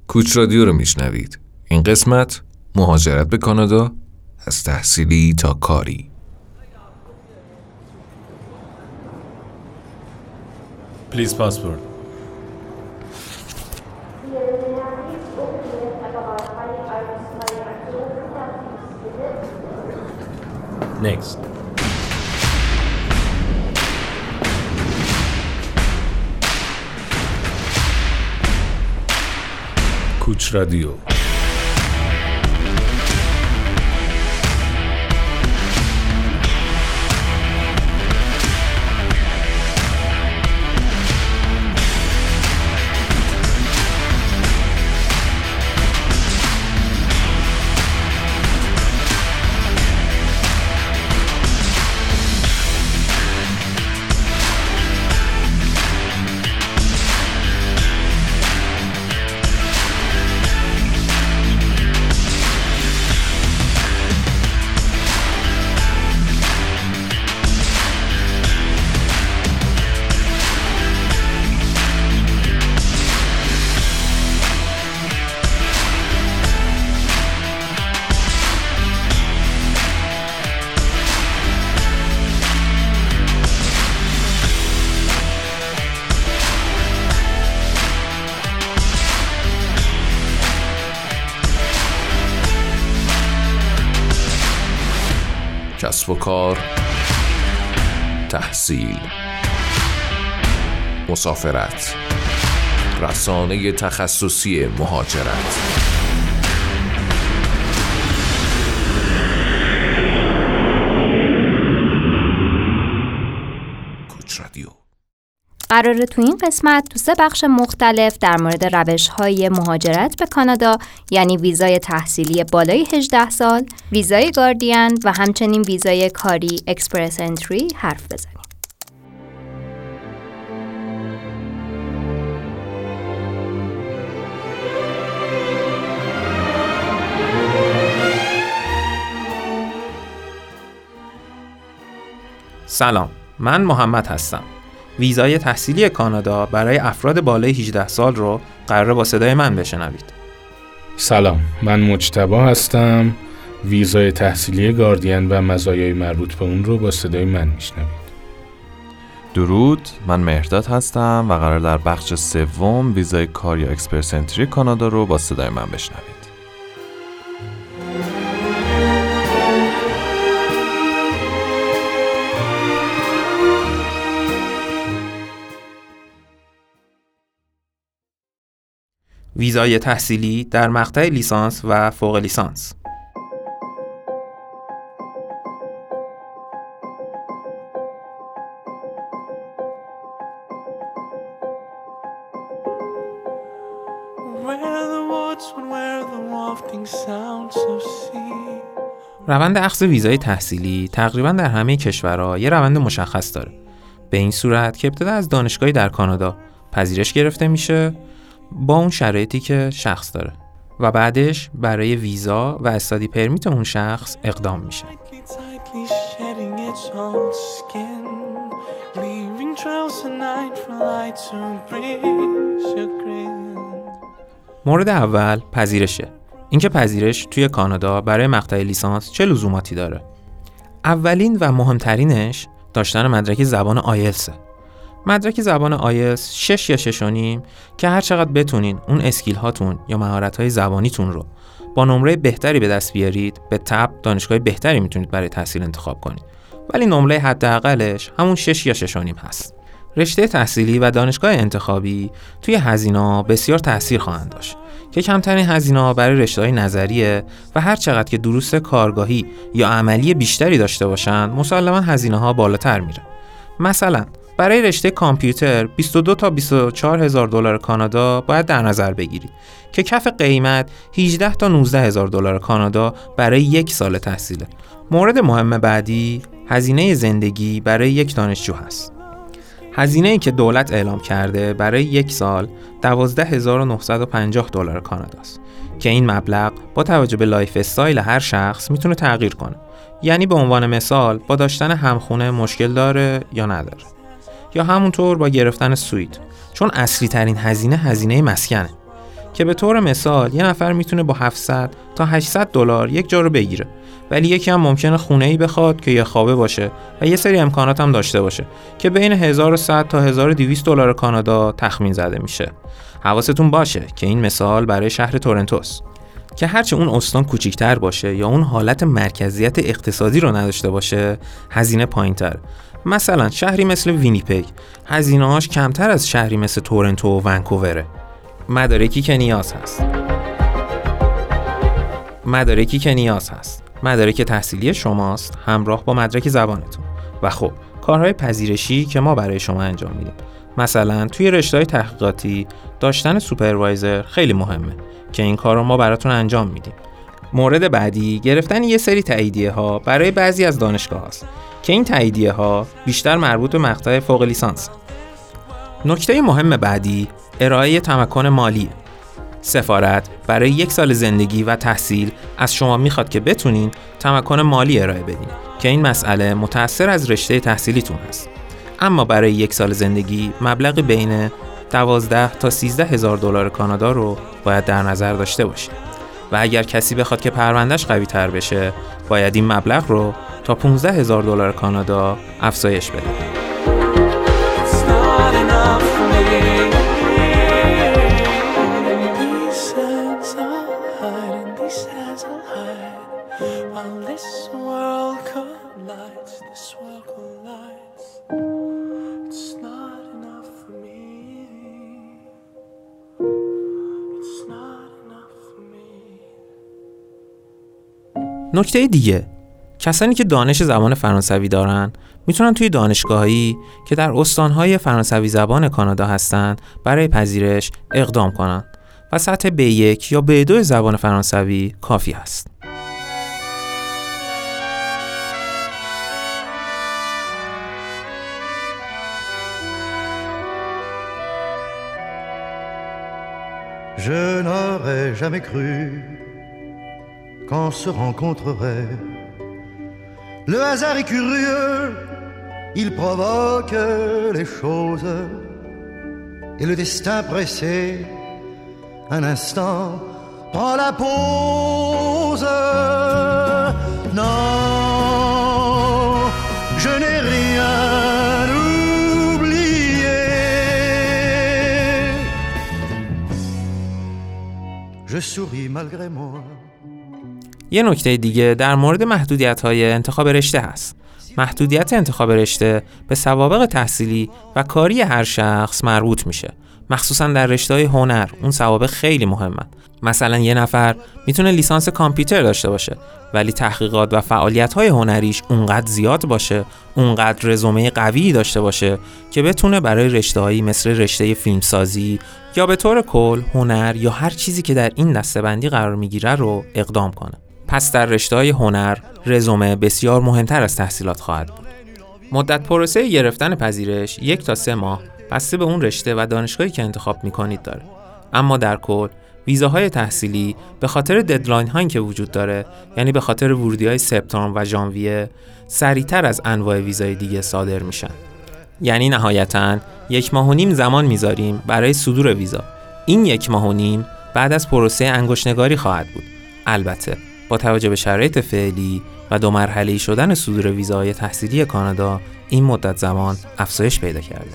کوچ رادیو رو میشنوید. این قسمت مهاجرت به کانادا، از تحصیلی تا کاری. Please passport. Next. کوچ رادیو. کسب و کار، تحصیل، مسافرت، رسانه تخصصی مهاجرت. کوچ رادیو. قراره تو این قسمت تو 3 بخش مختلف در مورد روش‌های مهاجرت به کانادا، یعنی ویزای تحصیلی بالای 18 سال، ویزای گاردین و همچنین ویزای کاری اکسپرس انتری حرف بزنیم. سلام، من محمد هستم. ویزای تحصیلی کانادا برای افراد بالای 18 سال رو قراره با صدای من بشنوید. سلام، من مجتبی هستم. ویزای تحصیلی گاردین و مزایای مربوط به اون رو با صدای من میشنوید. درود، من مهرداد هستم و قرار در بخش 3 ویزای کاری یا اکسپرس انتری کانادا رو با صدای من بشنوید. ویزای تحصیلی در مقطع لیسانس و فوق لیسانس. روند اخذ ویزای تحصیلی تقریباً در همه کشورها یه روند مشخص داره. به این صورت که ابتدا از دانشگاهی در کانادا پذیرش گرفته میشه با اون شرایطی که شخص داره و بعدش برای ویزا و استادی پرمیت اون شخص اقدام میشه. مورد اول پذیرشه. اینکه پذیرش توی کانادا برای مقطع لیسانس چه لزوماتی داره؟ اولین و مهمترینش داشتن مدرک زبان آیلتسه. مدرک زبان آیلتس 6 یا 6.5 که هر چقدر بتونین اون اسکیل هاتون یا مهارت های زبانیتون رو با نمره بهتری به دست بیارید، به تبع دانشگاه بهتری میتونید برای تحصیل انتخاب کنید. ولی نمره حداقلش همون 6 یا 6.5 هست. رشته تحصیلی و دانشگاه انتخابی توی هزینه‌ها بسیار تأثیر خواهند داشت که کمترین هزینه‌ها برای رشته‌های نظریه و هر چقدر که دروس کارگاهی یا عملی بیشتری داشته باشند مسلماً هزینه‌ها بالاتر میره. مثلا برای رشته کامپیوتر 22 تا 24 هزار دلار کانادا باید در نظر بگیرید که کف قیمت 18 تا 19 هزار دلار کانادا برای 1 سال تحصیله. مورد مهم بعدی هزینه زندگی برای یک دانشجو هست. هزینه‌ای که دولت اعلام کرده برای 1 سال 12950 دلار کانادا است که این مبلغ با توجه به لایف استایل هر شخص میتونه تغییر کنه. یعنی به عنوان مثال با داشتن همخونه مشکل داره یا نداره، یا همونطور با گرفتن سویت، چون اصلی ترین هزینه مسکنه. که به طور مثال یه نفر میتونه با 700 تا 800 دلار یک جا رو بگیره، ولی یکی هم ممکنه خونه‌ای بخواد که یه خوابه باشه و یه سری امکانات هم داشته باشه که بین 1100 تا 1200 دلار کانادا تخمین زده میشه. حواستون باشه که این مثال برای شهر تورنتوست که هرچه اون استان کوچیک‌تر باشه یا اون حالت مرکزیت اقتصادی رو نداشته باشه، هزینه پایین‌تر. مثلا شهری مثل وینیپگ هزینه‌هاش کمتر از شهری مثل تورنتو و ونکووره. مدارکی که نیاز هست. مدارک تحصیلی شماست همراه با مدرک زبانتون و خب کارهای پذیرشی که ما برای شما انجام میدیم. مثلا توی رشته‌های تحقیقاتی داشتن سوپروایزر خیلی مهمه که این کار رو ما براتون انجام میدیم. مورد بعدی گرفتن یه سری تاییدیه ها برای بعضی از دانشگاه هاست که این تاییدیه ها بیشتر مربوط به مقطع فوق لیسانس. نکته مهم بعدی ارائه تمکن مالی. سفارت برای 1 سال زندگی و تحصیل از شما میخواد که بتونین تمکن مالی ارائه بدین که این مسئله متأثر از رشته تحصیلیتون هست. اما برای 1 سال زندگی مبلغ بین 12 تا 13 هزار دلار کانادا رو باید در نظر داشته باشید و اگر کسی بخواد که پروندهش قوی تر بشه باید این مبلغ رو تا 15 هزار دلار کانادا افزایش بده. نکته دیگه، کسانی که دانش زبان فرانسوی دارن میتونن توی دانشگاهی که در استانهای فرانسوی زبان کانادا هستن برای پذیرش اقدام کنن و سطح B1 یا B2 زبان فرانسوی کافی هست. Je n'aurais jamais cru qu'on se rencontrerait. Le hasard est curieux, il provoque les choses. Et le destin pressé, un instant, prend la pause. Non, je n'ai rien oublié. Je souris malgré moi. یه نکته دیگه در مورد محدودیت‌های انتخاب رشته هست. محدودیت انتخاب رشته به سوابق تحصیلی و کاری هر شخص مربوط میشه. مخصوصا در رشته‌های هنر اون سوابق خیلی مهمن. مثلا یه نفر میتونه لیسانس کامپیوتر داشته باشه ولی تحقیقات و فعالیت‌های هنریش اونقدر زیاد باشه، اونقدر رزومه قوی داشته باشه که بتونه برای رشته‌هایی مثل رشته فیلمسازی یا به طور کل هنر یا هر چیزی که در این دسته‌بندی قرار میگیره رو اقدام کنه. پس در رشته‌های هنر رزومه بسیار مهمتر از تحصیلات خواهد بود. مدت پروسه گرفتن پذیرش 1 تا 3 ماه بسته به اون رشته و دانشگاهی که انتخاب می‌کنید داره. اما در کل ویزاهای تحصیلی به خاطر ددلاین هایی که وجود داره، یعنی به خاطر ورودی‌های سپتامبر و ژانویه، سریعتر از انواع ویزای دیگه صادر میشن. یعنی نهایتاً 1.5 ماه زمان میذاریم برای صدور ویزا. این 1.5 ماه بعد از پروسه انگشت‌نگاری خواهد بود. البته با توجه به شرایط فعلی و 2 مرحله‌ای شدن صدور ویزای تحصیلی کانادا، این مدت زمان افزایش پیدا کرده.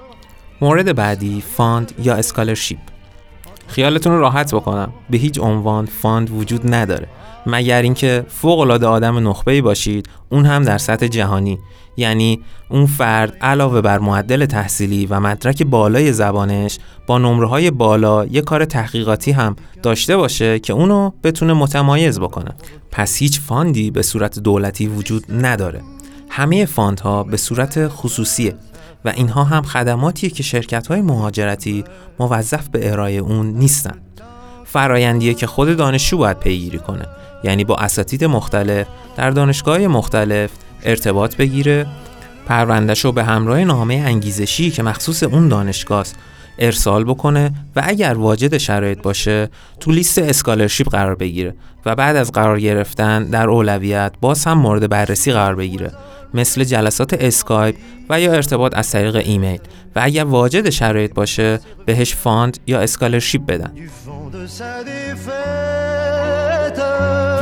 مورد بعدی فاند یا اسکالرشیپ. خیالتون رو راحت بکنم، به هیچ عنوان فاند وجود نداره مگر اینکه فوق‌العاده آدم نخبه‌ای باشید، اون هم در سطح جهانی. یعنی اون فرد علاوه بر معدل تحصیلی و مدرک بالای زبانش با نمره‌های بالا یک کار تحقیقاتی هم داشته باشه که اونو بتونه متمایز بکنه. پس هیچ فاندی به صورت دولتی وجود نداره. همه فاندها به صورت خصوصیه و اینها هم خدماتیه که شرکت‌های مهاجرتی موظف به ارائه اون نیستن. فرایندیه که خود دانشجو باید پیگیری کنه، یعنی با اساتید مختلف در دانشگاه‌های مختلف ارتباط بگیره، پروندهشو به همراه نامه انگیزشی که مخصوص اون دانشگاه است ارسال بکنه و اگر واجد شرایط باشه تو لیست اسکالرشیپ قرار بگیره و بعد از قرار گرفتن در اولویت باز هم مورد بررسی قرار بگیره، مثل جلسات اسکایپ و یا ارتباط از طریق ایمیل، و اگر واجد شرایط باشه بهش فاند یا اسکالرشیپ بدن. sa défaite.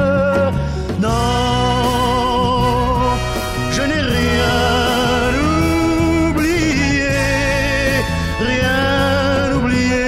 Non, je n'ai rien oublié, rien oublié.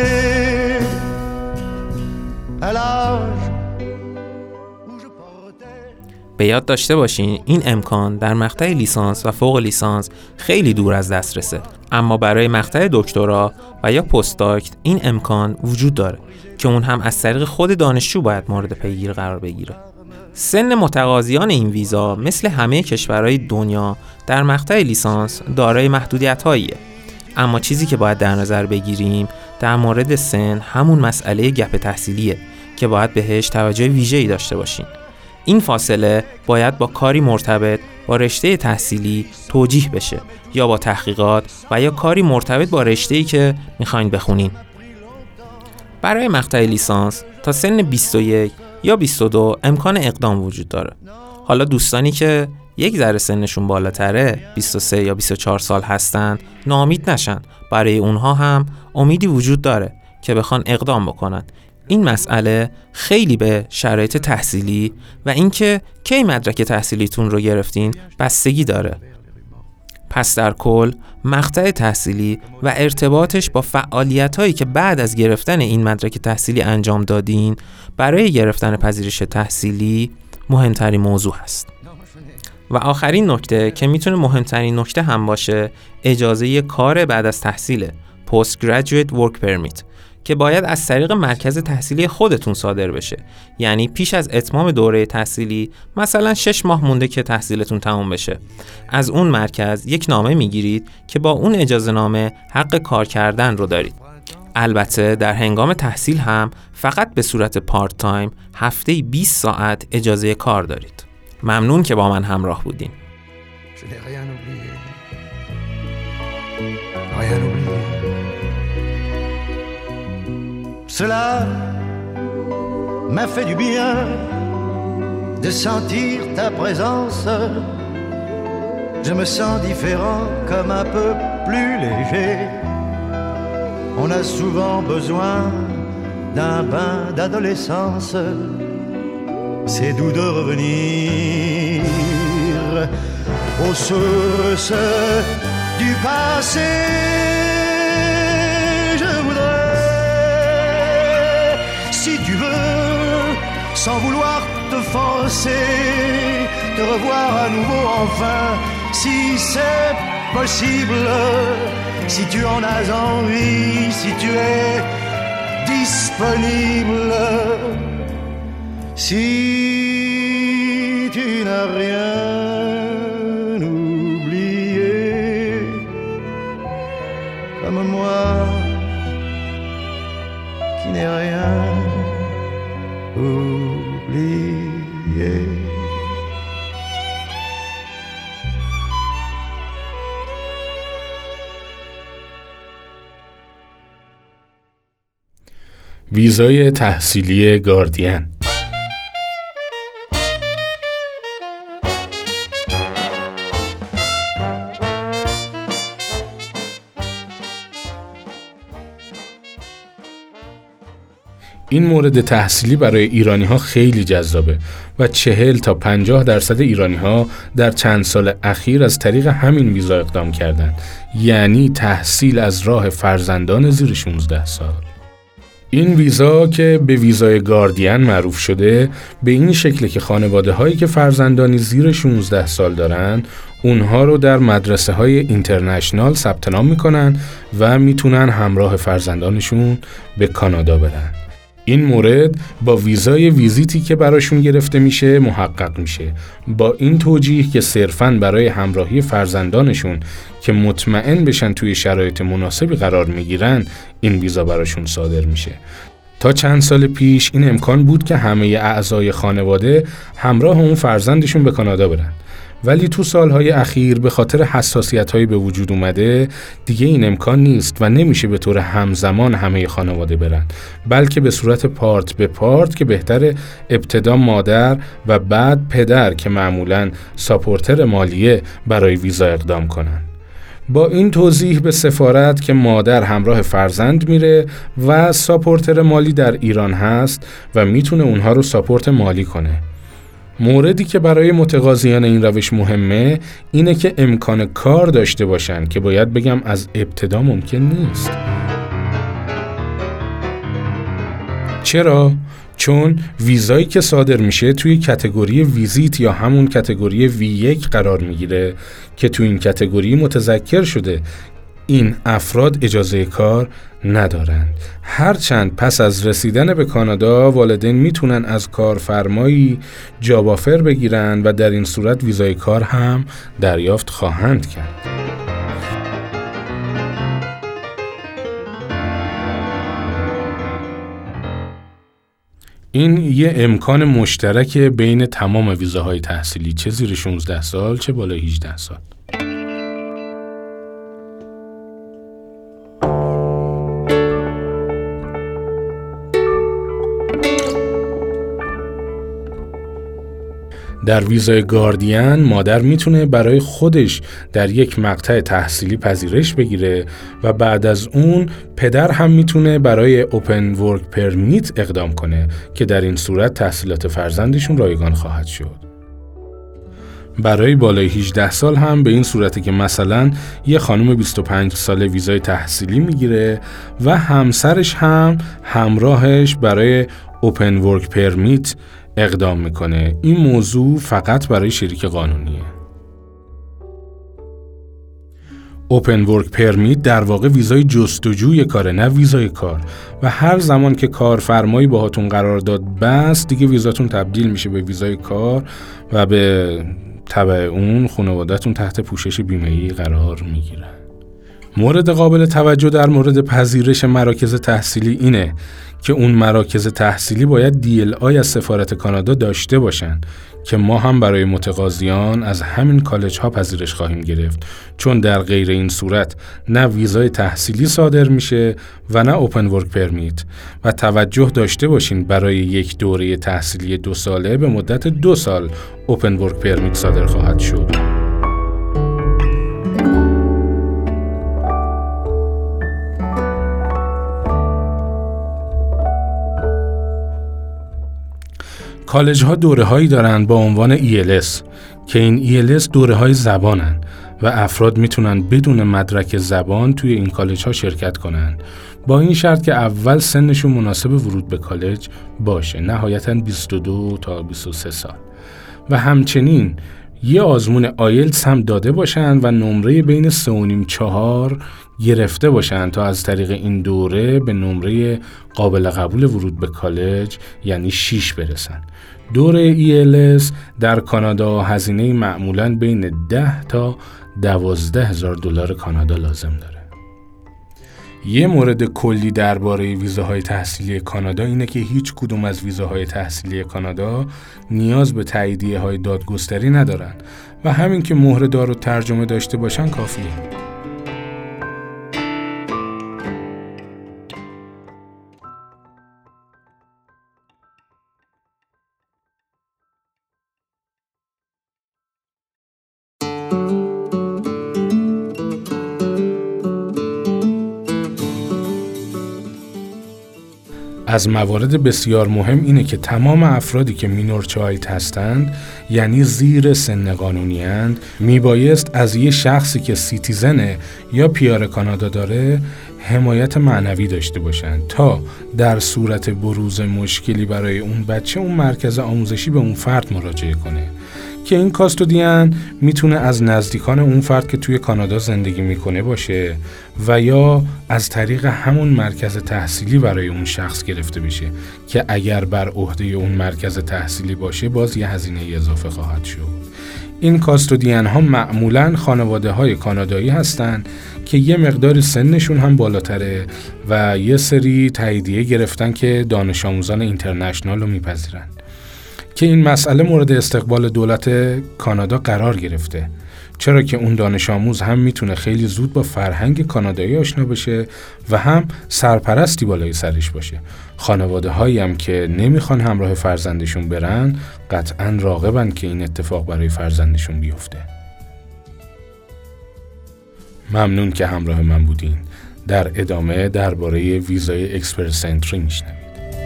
À l'âge où je portais. به یاد داشته باشین این امکان در مقطع لیسانس و فوق لیسانس خیلی دور از دسترسه، اما برای مقطع دکترا و یا پست‌داکت این امکان وجود داره که اون هم از طریق خود دانشجو باید مورد پیگیری قرار بگیره. سن متقاضیان این ویزا مثل همه کشورهای دنیا در مقطع لیسانس دارای محدودیت‌هاییه، اما چیزی که باید در نظر بگیریم در مورد سن همون مسئله گپ تحصیلیه که باید بهش توجه ویژه‌ای داشته باشین. این فاصله باید با کاری مرتبط با رشته تحصیلی توجیه بشه یا با تحقیقات و یا کاری مرتبط با رشته‌ای که میخواین بخونین. برای مقطع لیسانس تا سن 21 یا 22 امکان اقدام وجود داره. حالا دوستانی که یک ذره سنشون بالاتره 23 یا 24 سال هستن ناامید نشن، برای اونها هم امیدی وجود داره که بخوان اقدام بکنن. این مسئله خیلی به شرایط تحصیلی و اینکه کی مدرک تحصیلیتون رو گرفتین بستگی داره. پس در کل مقطع تحصیلی و ارتباطش با فعالیت‌هایی که بعد از گرفتن این مدرک تحصیلی انجام دادین برای گرفتن پذیرش تحصیلی مهمترین موضوع هست. و آخرین نکته که میتونه مهمترین نکته هم باشه، اجازه کار بعد از تحصیل Postgraduate Work Permit که باید از طریق مرکز تحصیلی خودتون صادر بشه. یعنی پیش از اتمام دوره تحصیلی، مثلا 6 ماه مونده که تحصیلتون تموم بشه، از اون مرکز یک نامه میگیرید که با اون اجازه نامه حق کار کردن رو دارید. البته در هنگام تحصیل هم فقط به صورت پارت تایم هفته 20 ساعت اجازه کار دارید. ممنون که با من همراه بودین. Je n'ai rien oublié, rien oublié. Cela m'a fait du bien de sentir ta présence. Je me sens différent, comme un peu plus léger. On a souvent besoin d'un bain d'adolescence. C'est doux de revenir aux sources du passé. Je voudrais, si tu veux, sans vouloir te forcer, te revoir à nouveau enfin, si c'est possible, si tu en as envie, si tu es disponible. Si tu n'as rien oublié, comme moi, qui n'ai rien oublié. ویزای تحصیلی گاردین. این مورد تحصیلی برای ایرانی‌ها خیلی جذابه و 40 تا 50% ایرانی‌ها در چند سال اخیر از طریق همین ویزا اقدام کردند. یعنی تحصیل از راه فرزندان زیر 16 سال. این ویزا که به ویزای گاردین معروف شده به این شکله که خانواده‌هایی که فرزندانی زیر 16 سال دارن اونها رو در مدرسه‌های اینترنشنال ثبت نام میکنن و میتونن همراه فرزندانشون به کانادا برن. این مورد با ویزای ویزیتی که براشون گرفته میشه محقق میشه، با این توجیه که صرفاً برای همراهی فرزندانشون که مطمئن بشن توی شرایط مناسبی قرار میگیرن این ویزا براشون صادر میشه. تا چند سال پیش این امکان بود که همه اعضای خانواده همراه اون فرزندشون به کانادا برن، ولی تو سالهای اخیر به خاطر حساسیت‌هایی به وجود اومده دیگه این امکان نیست و نمیشه به طور همزمان همه خانواده برن، بلکه به صورت پارت به پارت که بهتره ابتدا مادر و بعد پدر که معمولاً ساپورتر مالیه برای ویزا اقدام کنن. با این توضیح به سفارت که مادر همراه فرزند میره و ساپورتر مالی در ایران هست و میتونه اونها رو ساپورت مالی کنه. موردی که برای متقاضیان این روش مهمه اینه که امکان کار داشته باشن که باید بگم از ابتدا ممکن نیست. چرا؟ چون ویزایی که صادر میشه توی کتگوری ویزیت یا همون کتگوری V1 قرار میگیره که توی این کتگوری متذکر شده این افراد اجازه کار ندارند. هرچند پس از رسیدن به کانادا والدین میتونن از کارفرمایی جاب آفر بگیرن و در این صورت ویزای کار هم دریافت خواهند کرد. این یه امکان مشترک بین تمام ویزاهای تحصیلی، چه زیر 16 سال چه بالای 18 سال. در ویزای گاردین مادر میتونه برای خودش در یک مقطع تحصیلی پذیرش بگیره و بعد از اون پدر هم میتونه برای اوپن ورک پرمیت اقدام کنه که در این صورت تحصیلات فرزندشون رایگان خواهد شد. برای بالای 18 سال هم به این صورته که مثلا یه خانم 25 ساله ویزای تحصیلی میگیره و همسرش هم همراهش برای اوپن ورک پرمیت اقدام میکنه. این موضوع فقط برای شریک قانونیه. اوپن ورک پرمیت در واقع ویزای جستجوی کاره، نه ویزای کار، و هر زمان که کارفرمایی باهاتون قرارداد بست دیگه ویزاتون تبدیل میشه به ویزای کار و به تبع اون خانواده‌تون تحت پوشش بیمه‌ای قرار میگیره. مورد قابل توجه در مورد پذیرش مراکز تحصیلی اینه که اون مراکز تحصیلی باید DLI از سفارت کانادا داشته باشن که ما هم برای متقاضیان از همین کالج ها پذیرش خواهیم گرفت، چون در غیر این صورت نه ویزای تحصیلی صادر میشه و نه اوپن ورک پرمیت. و توجه داشته باشین برای یک دوره تحصیلی 2 ساله به مدت 2 سال اوپن ورک پرمیت صادر خواهد شد. کالج ها دوره هایی دارن با عنوان ELS که این ELS دوره های زبانن و افراد میتونن بدون مدرک زبان توی این کالج ها شرکت کنن، با این شرط که اول سنشون مناسب ورود به کالج باشه، نهایتاً 22 تا 23 سال، و همچنین یه آزمون آیلتس هم داده باشن و نمره بین 3.5-4 گرفته باشن تا از طریق این دوره به نمره قابل قبول ورود به کالج یعنی 6 برسن. دوره ELS در کانادا هزینه معمولاً بین 10 تا 12,000 دلار کانادا لازم داره. یه مورد کلی درباره ویزاهای تحصیلی کانادا اینه که هیچ کدوم از ویزاهای تحصیلی کانادا نیاز به تاییدیه‌های دادگستری ندارن و همین که مهر دار و ترجمه داشته باشن کافیه. از موارد بسیار مهم اینه که تمام افرادی که مینور چایلد هستند، یعنی زیر سن قانونی اند، میبایست از یه شخصی که سیتیزنه یا پیار کانادا داره حمایت معنوی داشته باشند تا در صورت بروز مشکلی برای اون بچه اون مرکز آموزشی به اون فرد مراجعه کنه که این کاستودین میتونه از نزدیکان اون فرد که توی کانادا زندگی میکنه باشه و یا از طریق همون مرکز تحصیلی برای اون شخص گرفته بشه که اگر بر عهده اون مرکز تحصیلی باشه باز یه هزینه اضافه خواهد شد. این کاستودین ها معمولاً خانواده های کانادایی هستن که یه مقدار سنشون هم بالاتره و یه سری تاییدیه گرفتن که دانش آموزان اینترنشنال رو میپذیرن که این مسئله مورد استقبال دولت کانادا قرار گرفته، چرا که اون دانش آموز هم میتونه خیلی زود با فرهنگ کانادایی آشنا بشه و هم سرپرستی بالای سرش باشه. خانواده هایی هم که نمیخوان همراه فرزندشون برن قطعاً راغبن که این اتفاق برای فرزندشون بیفته. ممنون که همراه من بودین. در ادامه درباره ویزای اکسپرس انتری میشنوید.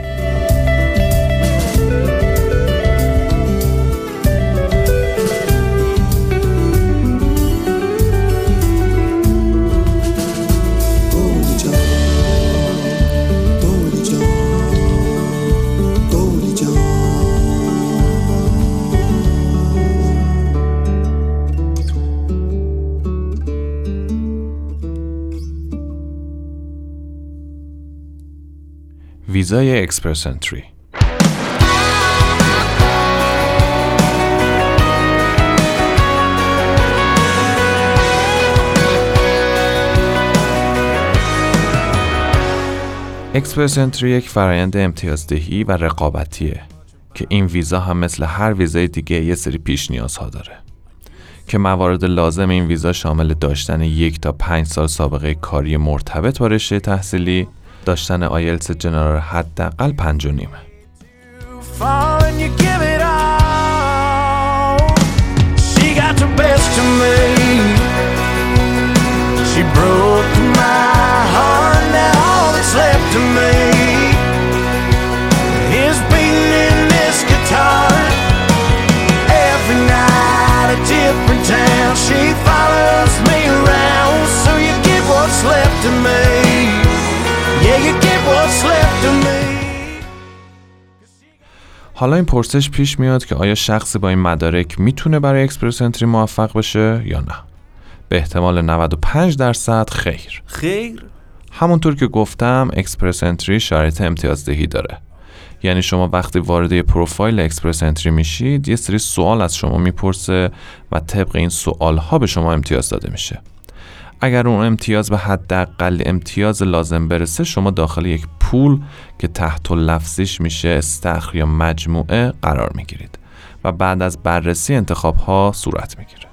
ویزای اکسپرس انتری. اکسپرس انتری یک فرآیند امتیازدهی و رقابتیه که این ویزا هم مثل هر ویزای دیگه یه سری پیش نیازها داره که موارد لازم این ویزا شامل داشتن 1 تا 5 سال سابقه کاری مرتبط با رشته تحصیلی، داشتن آیلتس جنرال حداقل 5.5. حالا این پرسش پیش میاد که آیا شخصی با این مدارک میتونه برای اکسپرس انتری موفق بشه یا نه؟ به احتمال 95% خیر. همونطور که گفتم اکسپرس انتری شرایط امتیازدهی داره. یعنی شما وقتی وارد یه پروفایل اکسپرس انتری میشید یه سری سوال از شما میپرسه و طبق این سوالها به شما امتیاز داده میشه. اگر اون امتیاز به حداقل امتیاز لازم برسه شما داخل یک پول که تحت لفظیش میشه استخر یا مجموعه قرار میگیرید و بعد از بررسی انتخاب ها صورت میگیره.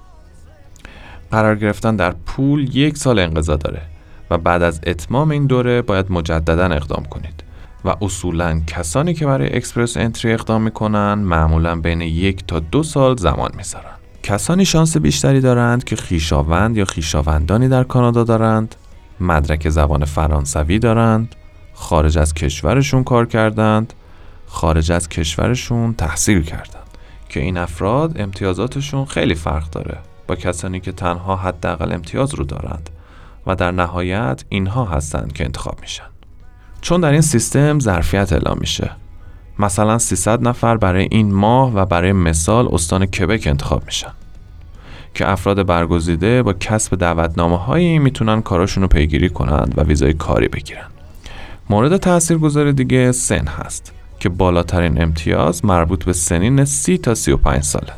قرار گرفتن در پول 1 سال انقضا داره و بعد از اتمام این دوره باید مجددا اقدام کنید و اصولاً کسانی که برای اکسپرس انتری اقدام میکنن معمولاً بین 1 تا 2 سال زمان میذارن. کسانی شانس بیشتری دارند که خویشاوند یا خویشاوندانی در کانادا دارند، مدرک زبان فرانسوی دارند، خارج از کشورشون کار کردند، خارج از کشورشون تحصیل کردند که این افراد امتیازاتشون خیلی فرق داره با کسانی که تنها حداقل امتیاز رو دارند و در نهایت اینها هستند که انتخاب میشن. چون در این سیستم ظرفیت اعلام میشه. مثلا 300 نفر برای این ماه و برای مثال استان کبک انتخاب میشن که افراد برگزیده با کسب دعوتنامه‌هایی میتونن کاراشون رو پیگیری کنند و ویزای کاری بگیرن. مورد تاثیرگذار دیگه سن هست که بالاترین امتیاز مربوط به سنین 30 تا 35 ساله.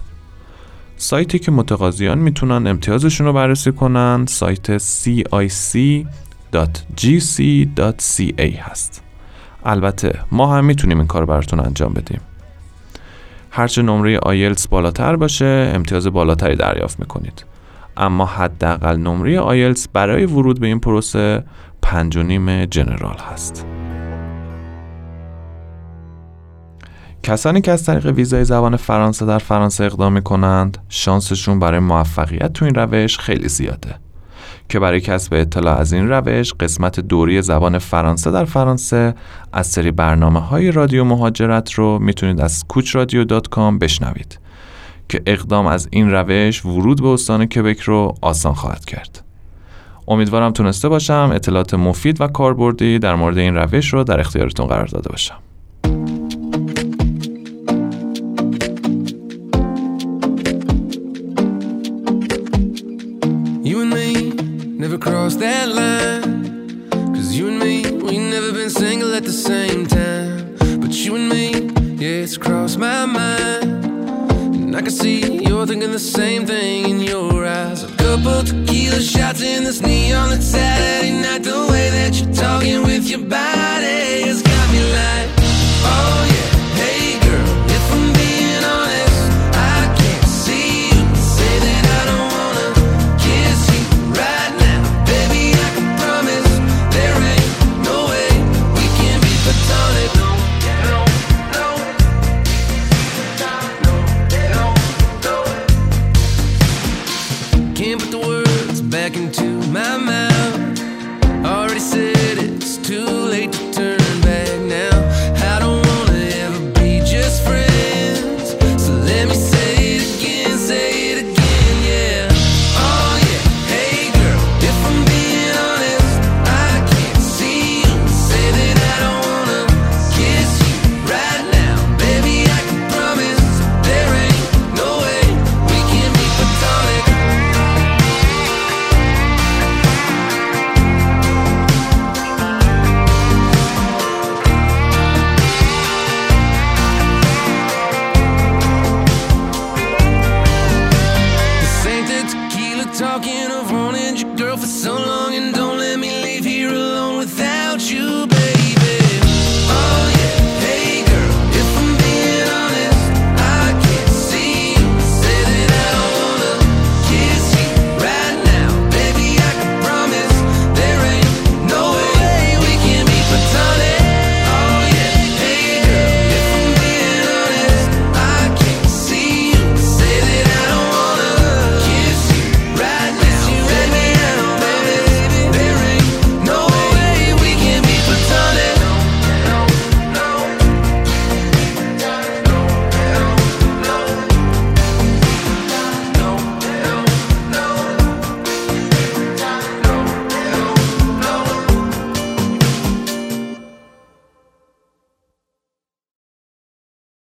سایتی که متقاضیان میتونن امتیازشون رو بررسی کنن سایت cic.gc.ca هست. البته ما هم میتونیم این کار براتون انجام بدیم. هرچه نمره آیلتس بالاتر باشه امتیاز بالاتری دریافت میکنید، اما حداقل نمره آیلتس برای ورود به این پروسه 5.5 جنرال هست. کسانی که از طریق ویزای زبان فرانسه در فرانسه اقدام میکنند شانسشون برای موفقیت تو این روش خیلی زیاده که برای کسب اطلاع از این روش قسمت دوری زبان فرانسه در فرانسه از سری برنامه‌های رادیو مهاجرت رو میتونید از kuchradio.com بشنوید که اقدام از این روش ورود به استان کبک رو آسان خواهد کرد. امیدوارم تونسته باشم اطلاعات مفید و کاربردی در مورد این روش رو در اختیارتون قرار داده باشم. Never cross that line, 'cause you and me, we never been single at the same time. But you and me, yeah, it's crossed my mind. And I can see you're thinking the same thing in your eyes. A couple tequila shots in this neon lit Saturday night. The way that you're talking with your body